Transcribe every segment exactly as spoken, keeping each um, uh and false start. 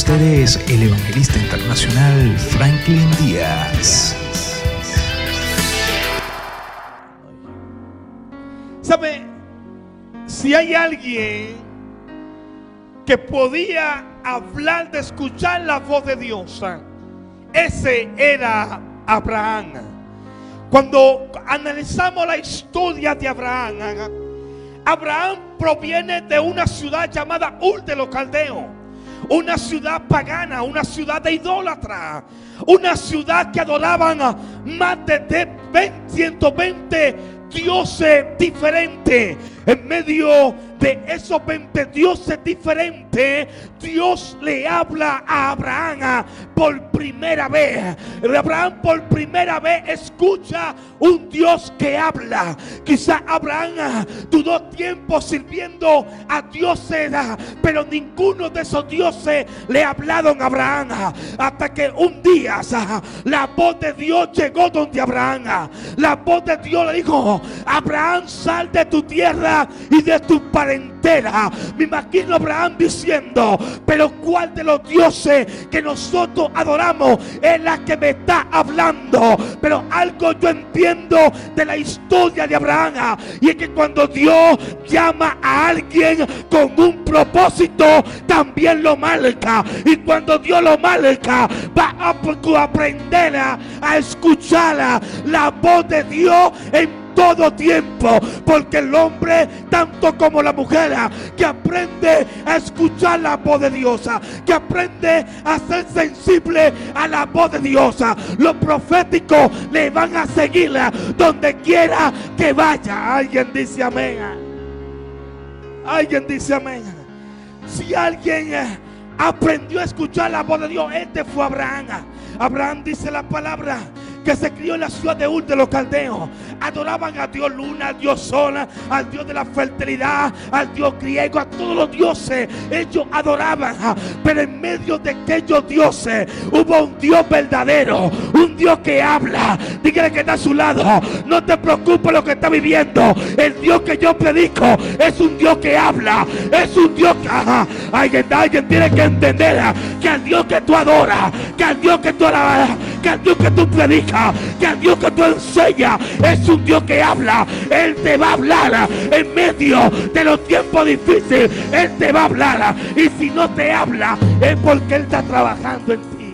ustedes el evangelista internacional Franklin Díaz. ¿Sabe? Si hay alguien que podía hablar de escuchar la voz de Dios, ese era Abraham. Cuando analizamos la historia de Abraham, Abraham proviene de una ciudad llamada Ur de los Caldeos, una ciudad pagana, una ciudad de idólatra, una ciudad que adoraban a más de ciento veinte dioses diferentes. En medio de esos veinte dioses diferentes, Dios le habla a Abraham por primera vez. Abraham por primera vez escucha un Dios que habla. Quizá Abraham duró tiempo sirviendo a dioses, pero ninguno de esos dioses le hablaron a Abraham, hasta que un día la voz de Dios llegó donde Abraham. La voz de Dios le dijo: Abraham, sal de tu tierra y de tu parentela. Me imagino a Abraham diciendo: pero ¿cuál de los dioses que nosotros adoramos es la que me está hablando? Pero algo yo entiendo de la historia de Abraham, y es que cuando Dios llama a alguien con un propósito, también lo marca. Y cuando Dios lo marca, va a aprender a, a escuchar la voz de Dios en todo tiempo, porque el hombre, tanto como la mujer, que aprende a escuchar la voz de Dios, que aprende a ser sensible a la voz de Dios, los proféticos le van a seguir donde quiera que vaya. Alguien dice amén. Alguien dice amén. Si alguien aprendió a escuchar la voz de Dios, este fue Abraham. Abraham, dice la palabra, que se crió en la ciudad de Ur de los Caldeos. Adoraban a Dios Luna, al Dios Sol, al Dios de la fertilidad, al Dios griego, a todos los dioses. Ellos adoraban, pero en medio de aquellos dioses hubo un Dios verdadero, un Dios que habla. Dígale que está a su lado: no te preocupes lo que está viviendo. El Dios que yo predico es un Dios que habla, es un Dios que... Ajá, alguien, alguien tiene que entender que al Dios que tú adoras, que al Dios que tú alabas, que al Dios que tú predicas, que al Dios que tú enseñas es un Dios que habla. Él te va a hablar en medio de los tiempos difíciles. Él te va a hablar, y si no te habla es porque Él está trabajando en ti.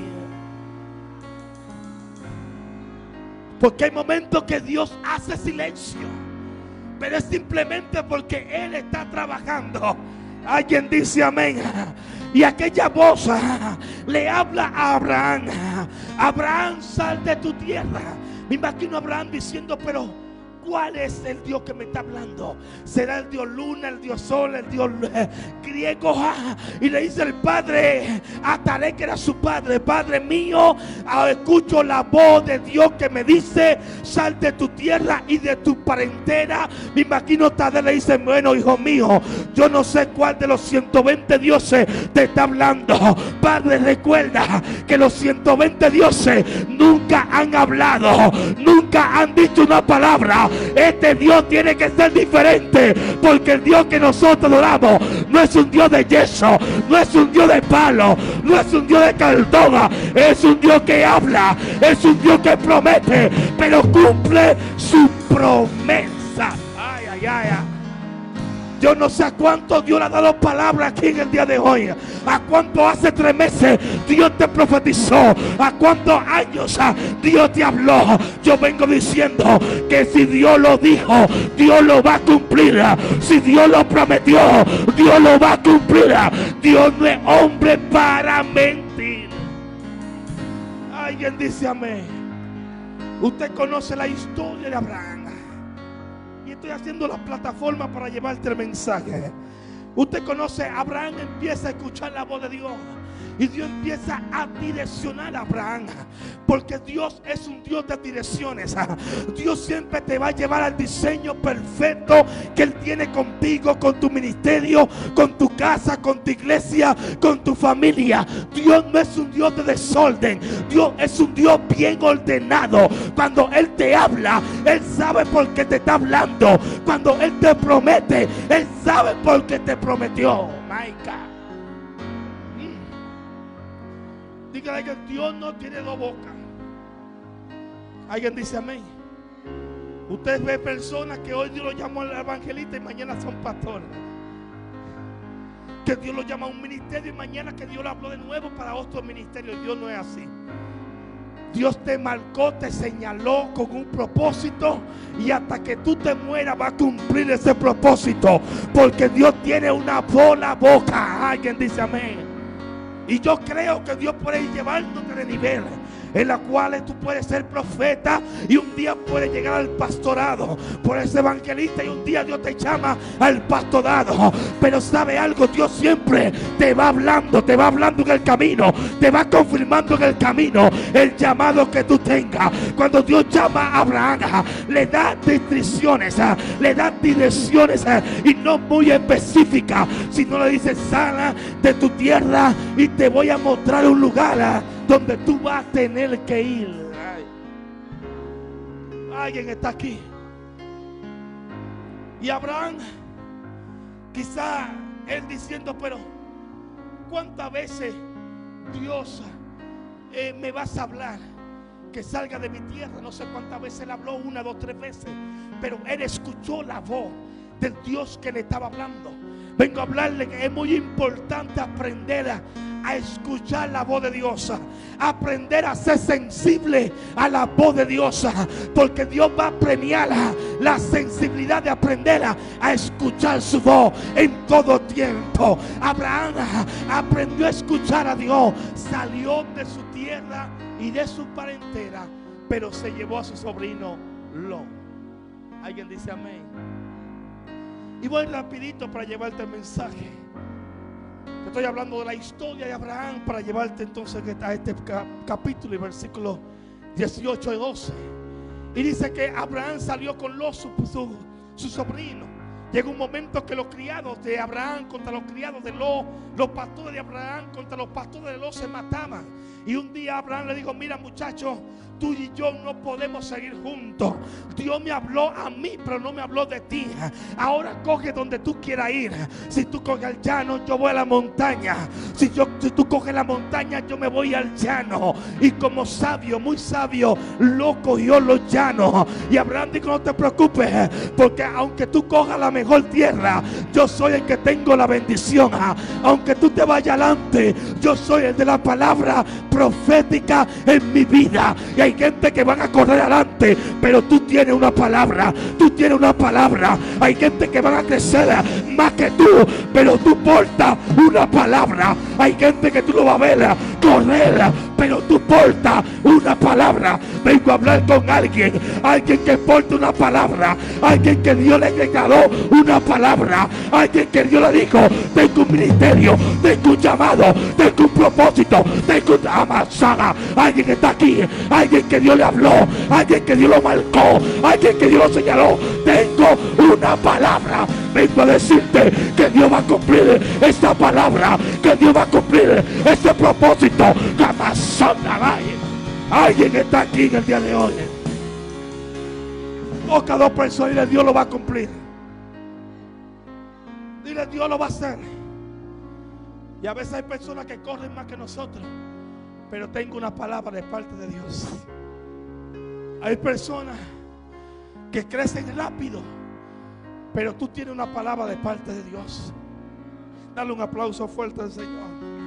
Porque hay momentos que Dios hace silencio, pero es simplemente porque Él está trabajando. Alguien dice amén. Y aquella voz le habla a Abraham: Abraham, sal de tu tierra. Me imagino a Abraham diciendo: pero ¿cuál es el Dios que me está hablando? ¿Será el Dios Luna, el Dios Sol, el Dios eh, griego? Ah, y le dice el padre a Taré, que era su padre: Padre mío, ah, escucho la voz de Dios que me dice: sal de tu tierra y de tu parentela. Me imagino a Taré le dice: bueno, hijo mío, yo no sé cuál de los ciento veinte dioses te está hablando. Padre, recuerda que los ciento veinte dioses nunca han hablado, nunca han dicho una palabra. Este Dios tiene que ser diferente, porque el Dios que nosotros adoramos no es un Dios de yeso, no es un Dios de palo, no es un Dios de cartón. Es un Dios que habla, es un Dios que promete, pero cumple su promesa. Ay, ay, ay, ay. Yo no sé a cuánto Dios le ha dado palabra aquí en el día de hoy. A cuánto hace tres meses Dios te profetizó. A cuántos años Dios te habló. Yo vengo diciendo que si Dios lo dijo, Dios lo va a cumplir. Si Dios lo prometió, Dios lo va a cumplir. Dios no es hombre para mentir. Alguien dice amén. Usted conoce la historia de Abraham. Estoy haciendo la plataforma para llevarte el mensaje. Usted conoce, Abraham empieza a escuchar la voz de Dios, y Dios empieza a direccionar a Abraham, porque Dios es un Dios de direcciones. Dios siempre te va a llevar al diseño perfecto que Él tiene contigo, con tu ministerio, con tu casa, con tu iglesia, con tu familia. Dios no es un Dios de desorden. Dios es un Dios bien ordenado. Cuando Él te habla, Él sabe por qué te está hablando. Cuando Él te promete, Él sabe por qué te prometió. My God. Dígale que Dios no tiene dos bocas. ¿Alguien dice amén? Usted ve personas que hoy Dios lo llamó al evangelista y mañana son pastores. Que Dios lo llama a un ministerio y mañana que Dios lo habló de nuevo para otro ministerio. Dios no es así. Dios te marcó, te señaló con un propósito y hasta que tú te mueras va a cumplir ese propósito, porque Dios tiene una sola boca. Alguien dice amén. Y yo creo que Dios puede ir llevándote de nivel en la cual tú puedes ser profeta y un día puedes llegar al pastorado, puedes ser evangelista y un día Dios te llama al pastorado. Pero sabe algo, Dios siempre te va hablando, te va hablando en el camino, te va confirmando en el camino el llamado que tú tengas. Cuando Dios llama a Abraham, le da descripciones, le da direcciones y no muy específicas, sino le dice: sal de tu tierra y te voy a mostrar un lugar donde tú vas a tener que ir. Ay. Alguien está aquí. Y Abraham, quizá él diciendo: pero ¿cuántas veces Dios eh, me vas a hablar que salga de mi tierra? No sé cuántas veces él habló, una, dos, tres veces, pero él escuchó la voz del Dios que le estaba hablando. Vengo a hablarle que es muy importante aprender a a escuchar la voz de Dios, aprender a ser sensible a la voz de Dios, porque Dios va a premiar la, la sensibilidad de aprender a, a escuchar su voz en todo tiempo. Abraham aprendió a escuchar a Dios, salió de su tierra y de su parentela, pero se llevó a su sobrino Lot. Alguien dice amén. Y voy rapidito para llevarte el mensaje. Estoy hablando de la historia de Abraham para llevarte entonces a este capítulo y versículos dieciocho y doce. Y dice que Abraham salió con Lot, su, su, su sobrino. Llegó un momento que los criados de Abraham contra los criados de Lot, los pastores de Abraham contra los pastores de Lot se mataban. Y un día Abraham le dijo: mira, muchachos, tú y yo no podemos seguir juntos. Dios me habló a mí, pero no me habló de ti. Ahora coge donde tú quieras ir. Si tú coges el llano, yo voy a la montaña. Si, yo, si tú coges la montaña, yo me voy al llano. Y como sabio, muy sabio, lo cogió los llanos. Y Abraham dijo: no te preocupes, porque aunque tú cojas la mejor tierra, yo soy el que tengo la bendición. Aunque tú te vayas adelante, yo soy el de la palabra profética en mi vida. Y hay gente que van a correr adelante, pero tú tienes una palabra, tú tienes una palabra. Hay gente que van a crecer más que tú, pero tú portas una palabra. Hay gente que tú lo vas a ver correr, pero tú portas una palabra. Vengo a hablar con alguien, alguien que porta una palabra, alguien que Dios le declaró una palabra, alguien que Dios le dijo: tengo un ministerio, tengo un llamado, tengo un propósito, tengo una amasada. Alguien que está aquí, alguien que Dios le habló, alguien que Dios lo marcó, alguien que Dios lo señaló. Tengo una palabra. Vengo a decirte que Dios va a cumplir esta palabra, que Dios va a cumplir este propósito. Alguien está aquí en el día de hoy. Toca a dos personas y dile: Dios lo va a cumplir. Dile: Dios lo va a hacer. Y a veces hay personas que corren más que nosotros, pero tengo una palabra de parte de Dios. Hay personas que crecen rápido, pero tú tienes una palabra de parte de Dios. Dale un aplauso fuerte al Señor.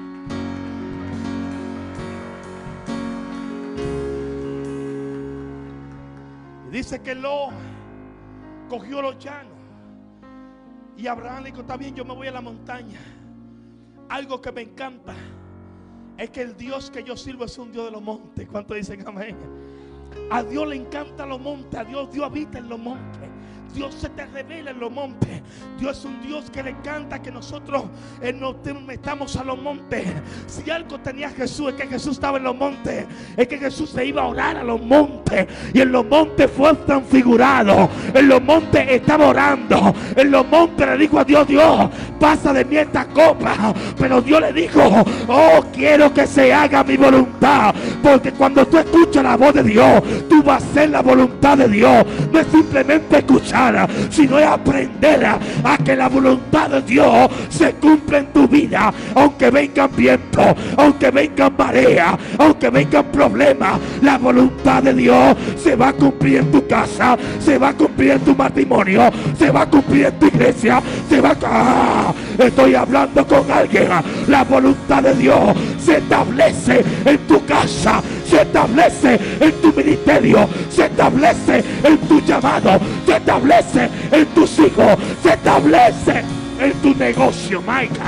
Y dice que Lot cogió los llanos. Y Abraham le dijo: está bien, yo me voy a la montaña. Algo que me encanta es que el Dios que yo sirvo es un Dios de los montes. ¿Cuántos dicen amén? A Dios le encantan los montes. A Dios, Dios habita en los montes. Dios se te revela en los montes. Dios es un Dios que le encanta que nosotros eh, nos metamos a los montes. Si algo tenía Jesús, es que Jesús estaba en los montes. Es que Jesús se iba a orar a los montes. Y en los montes fue transfigurado. En los montes estaba orando. En los montes le dijo a Dios: Dios, pasa de mí esta copa. Pero Dios le dijo: oh, quiero que se haga mi voluntad. Porque cuando tú escuchas la voz de Dios, tú vas a hacer la voluntad de Dios. No es simplemente escuchar, sino es aprender a, a que la voluntad de Dios se cumpla en tu vida. Aunque vengan vientos, aunque vengan mareas, aunque vengan problemas, la voluntad de Dios se va a cumplir en tu casa, se va a cumplir en tu matrimonio, se va a cumplir en tu iglesia, se va a... ¡Ah! Estoy hablando con alguien. La voluntad de Dios se establece en tu casa, se establece en tu ministerio, se establece en tu llamado, se establece en tus hijos, se establece en tu negocio. Maica,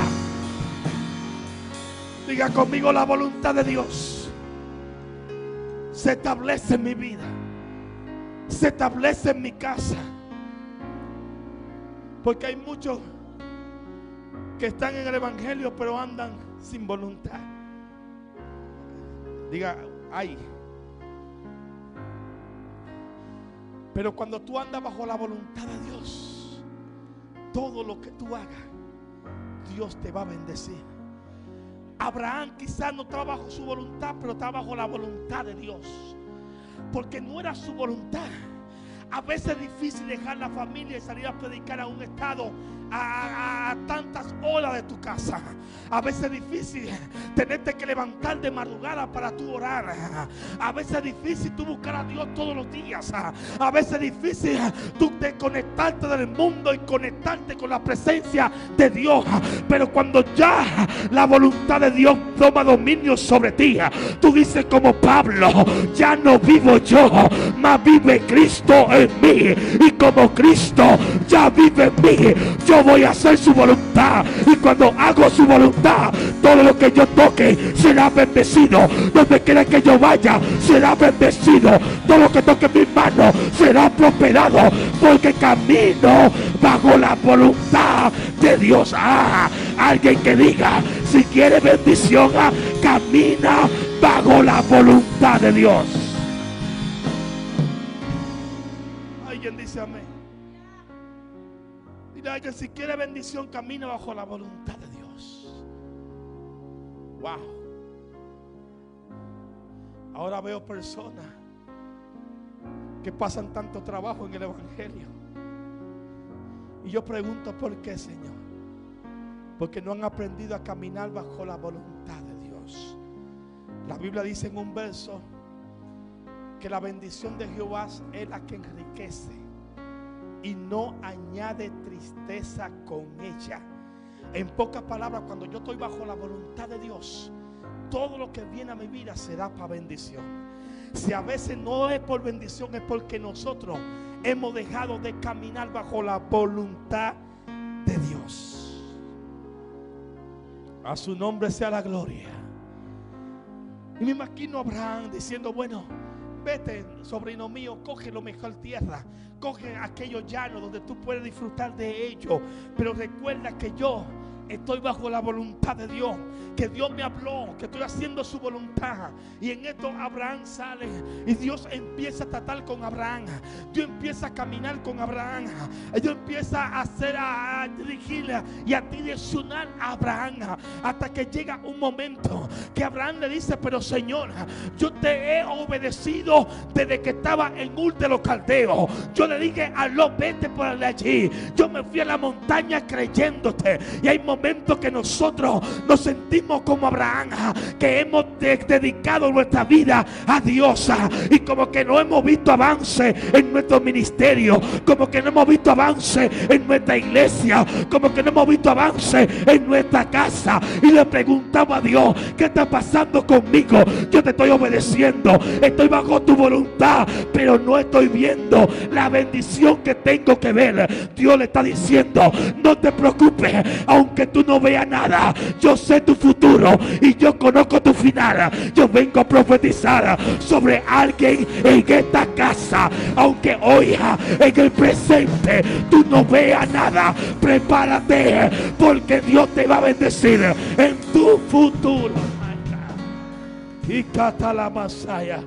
diga conmigo: la voluntad de Dios se establece en mi vida, se establece en mi casa. Porque hay muchos que están en el evangelio pero andan sin voluntad. Diga: ay. Pero cuando tú andas bajo la voluntad de Dios, todo lo que tú hagas, Dios te va a bendecir. Abraham quizás no estaba bajo su voluntad, pero estaba bajo la voluntad de Dios, porque no era su voluntad. A veces es difícil dejar la familia y salir a predicar a un estado a, a, a tantas horas de tu casa. A veces es difícil tenerte que levantar de madrugada para tú orar. A veces es difícil tú buscar a Dios todos los días. A veces es difícil tú desconectarte del mundo y conectarte con la presencia de Dios. Pero cuando ya la voluntad de Dios toma dominio sobre ti, tú dices como Pablo: ya no vivo yo, mas vive Cristo en mí. Y como Cristo ya vive en mí, yo voy a hacer su voluntad. Y cuando hago su voluntad, todo lo que yo toque será bendecido. Donde quiera que yo vaya será bendecido. Todo lo que toque mis manos será prosperado, porque camino bajo la voluntad de Dios. Ah, alguien que diga: si quiere bendición, ah, camina bajo la voluntad de Dios. Alguien dice amén. Mira, que si quiere bendición, camina bajo la voluntad de Dios. Wow. Ahora veo personas que pasan tanto trabajo en el evangelio, y yo pregunto: ¿por qué, Señor? Porque no han aprendido a caminar bajo la voluntad de Dios. La Biblia dice en un verso que la bendición de Jehová es la que enriquece y no añade tristeza con ella. En pocas palabras, cuando yo estoy bajo la voluntad de Dios, todo lo que viene a mi vida será para bendición. Si a veces no es por bendición, es porque nosotros hemos dejado de caminar bajo la voluntad de Dios. A su nombre sea la gloria. Y me imagino a Abraham diciendo: bueno, vete, sobrino mío, coge lo mejor tierra, coge aquello llano donde tú puedes disfrutar de ello, pero recuerda que yo estoy bajo la voluntad de Dios, que Dios me habló, que estoy haciendo su voluntad. Y en esto Abraham sale y Dios empieza a tratar con Abraham. Dios empieza a caminar con Abraham. Dios empieza a hacer, a, a dirigirle y a direccionar a Abraham, hasta que llega un momento que Abraham le dice: pero Señor, yo te he obedecido desde que estaba en Ur de los Caldeos. Yo le dije a Lot: vete por allí. Yo me fui a la montaña creyéndote. Y hay momentos que nosotros nos sentimos como Abraham, que hemos de dedicado nuestra vida a Dios, y como que no hemos visto avance en nuestro ministerio, como que no hemos visto avance en nuestra iglesia, como que no hemos visto avance en nuestra casa. Y le preguntamos a Dios: ¿qué está pasando conmigo? Yo te estoy obedeciendo, estoy bajo tu voluntad, pero no estoy viendo la bendición que tengo que ver. Dios le está diciendo: no te preocupes, aunque tú no veas nada, yo sé tu futuro y yo conozco tu final. Yo vengo a profetizar sobre alguien en esta casa. Aunque hoy en el presente tú no veas nada, prepárate, porque Dios te va a bendecir en tu futuro. Y cata la masaya.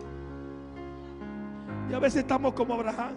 Y a veces estamos como Abraham,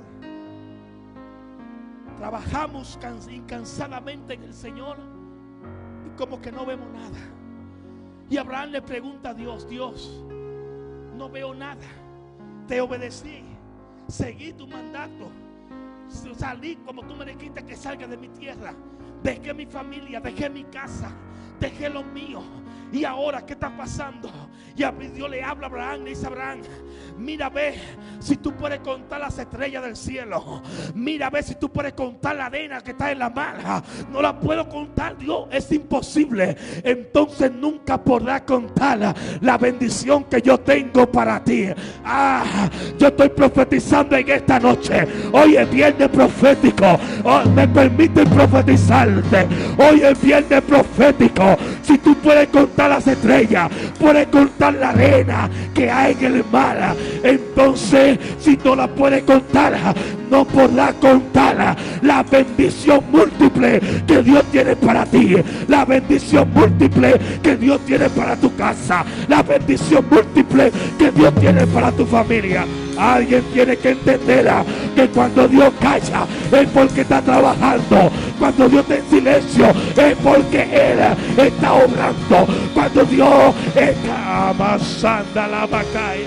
trabajamos incansadamente en el Señor y como que no vemos nada. Y Abraham le pregunta a Dios: Dios, no veo nada. Te obedecí, seguí tu mandato, salí como tú me dijiste que salga de mi tierra. Dejé mi familia, dejé mi casa, dejé lo mío. Y ahora, ¿qué está pasando? Y Dios le habla a Abraham, le dice a Abraham: mira, ve si tú puedes contar las estrellas del cielo. Mira, ve si tú puedes contar la arena que está en la mar. No la puedo contar, Dios, es imposible. Entonces nunca podrás contar la bendición que yo tengo para ti. Ah, yo estoy profetizando en esta noche. Hoy es viernes profético. Oh, me permite profetizarte. Hoy es viernes profético. Si tú puedes contar las estrellas, puedes contar la arena que hay en el mar. Entonces, si no la puedes contar, no podrás contar la bendición múltiple que Dios tiene para ti, la bendición múltiple que Dios tiene para tu casa, la bendición múltiple que Dios tiene para tu familia. Alguien tiene que entender que cuando Dios calla es porque está trabajando. Cuando Dios está en silencio es porque Él está obrando. Cuando Dios está amasando la bacaya.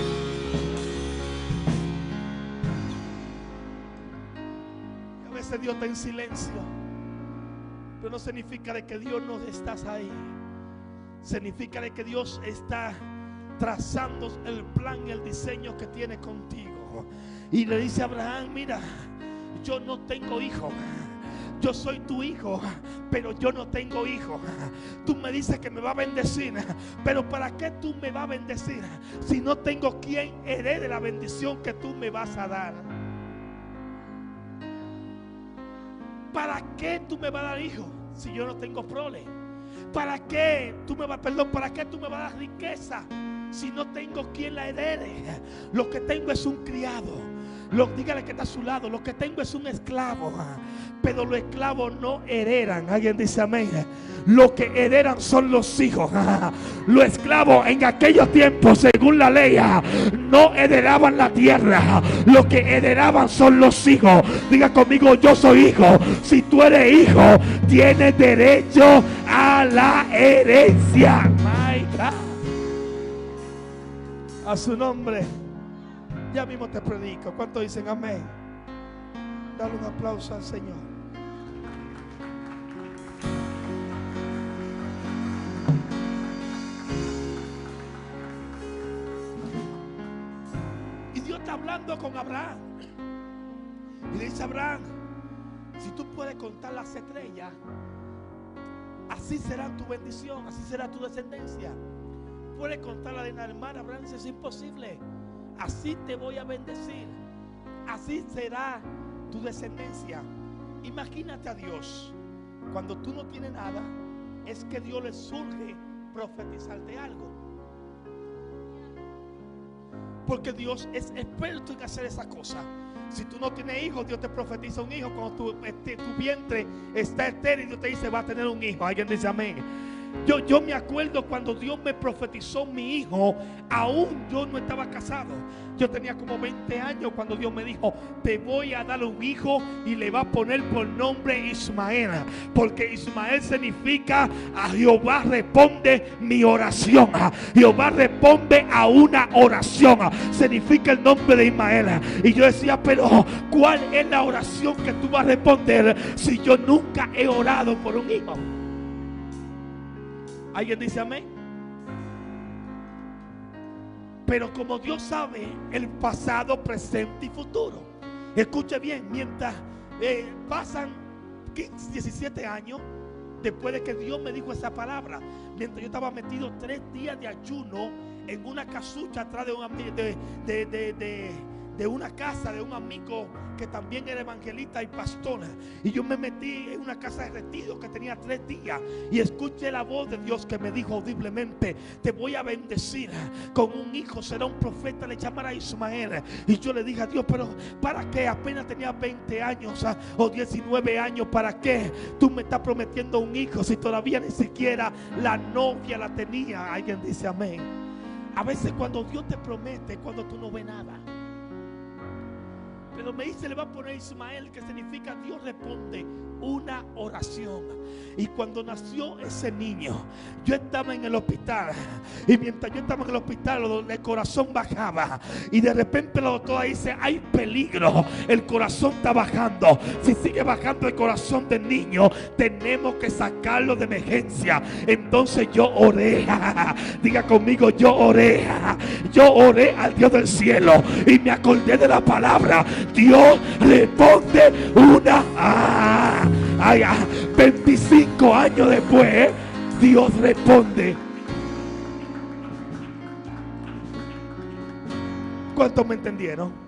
A veces Dios está en silencio, pero no significa de que Dios no estás ahí. Significa de que Dios está trazando el plan y el diseño que tiene contigo. Y le dice a Abraham: mira, yo no tengo hijo. Yo soy tu hijo, pero yo no tengo hijo. Tú me dices que me va a bendecir, pero ¿para qué tú me vas a bendecir si no tengo quien herede la bendición que tú me vas a dar? ¿Para qué tú me vas a dar hijo si yo no tengo prole? ¿Para qué tú me vas, perdón, para qué tú me vas a dar riqueza si no tengo quien la herede? Lo que tengo es un criado. Lo, dígale que está a su lado: lo que tengo es un esclavo. Pero los esclavos no heredan. Alguien dice amén. Lo que heredan son los hijos. Los esclavos en aquellos tiempos, según la ley, no heredaban la tierra. Lo que heredaban son los hijos. Diga conmigo: yo soy hijo. Si tú eres hijo, tienes derecho a la herencia. My God. A su nombre. Ya mismo te predico. ¿Cuántos dicen amén? Dale un aplauso al Señor. Y Dios está hablando con Abraham. Y le dice a Abraham: si tú puedes contar las estrellas, así será tu bendición, así será tu descendencia. Puedes contar la arena del mar. Abraham dice: es imposible. Así te voy a bendecir. Así será tu descendencia. Imagínate a Dios. Cuando tú no tienes nada, es que Dios le surge profetizarte algo. Porque Dios es experto en hacer esa cosa. Si tú no tienes hijos, Dios te profetiza un hijo. Cuando tu, este, tu vientre está estéril, Dios te dice: va a tener un hijo. Alguien dice amén. Yo, yo me acuerdo cuando Dios me profetizó mi hijo, aún yo no estaba casado. Yo tenía como veinte años cuando Dios me dijo: te voy a dar un hijo y le va a poner por nombre Ismael. Porque Ismael significa: a Jehová responde mi oración. Jehová responde a una oración. Significa el nombre de Ismael. Y yo decía: pero ¿cuál es la oración que tú vas a responder si yo nunca he orado por un hijo? ¿Alguien dice amén? Pero como Dios sabe el pasado, presente y futuro, escuche bien, mientras eh, pasan quince, diecisiete años después de que Dios me dijo esa palabra, mientras yo estaba metido tres días de ayuno en una casucha atrás de, un, de, de, de, de, de una casa de un amigo que también era evangelista y pastora. Y yo me metí en una casa de retiro que tenía tres días y escuché la voz de Dios que me dijo audiblemente: te voy a bendecir con un hijo, será un profeta, le llamará Ismael. Y yo le dije a Dios: pero ¿para qué? Apenas tenía veinte años ah, o diecinueve años. ¿Para qué tú me estás prometiendo un hijo si todavía ni siquiera la novia la tenía? Alguien dice amén. A veces cuando Dios te promete, cuando tú no ves nada. Pero me dice: le va a poner Ismael, que significa Dios responde una oración. Y cuando nació ese niño, yo estaba en el hospital. Y mientras yo estaba en el hospital, el corazón bajaba. Y de repente la doctora dice: hay peligro, el corazón está bajando. Si sigue bajando el corazón del niño, tenemos que sacarlo de emergencia. Entonces yo oré. Diga conmigo: yo oré. Yo oré al Dios del cielo. Y me acordé de la palabra: Dios responde una. Ah, ay, ah, veinticinco años después, Dios responde. ¿Cuántos me entendieron?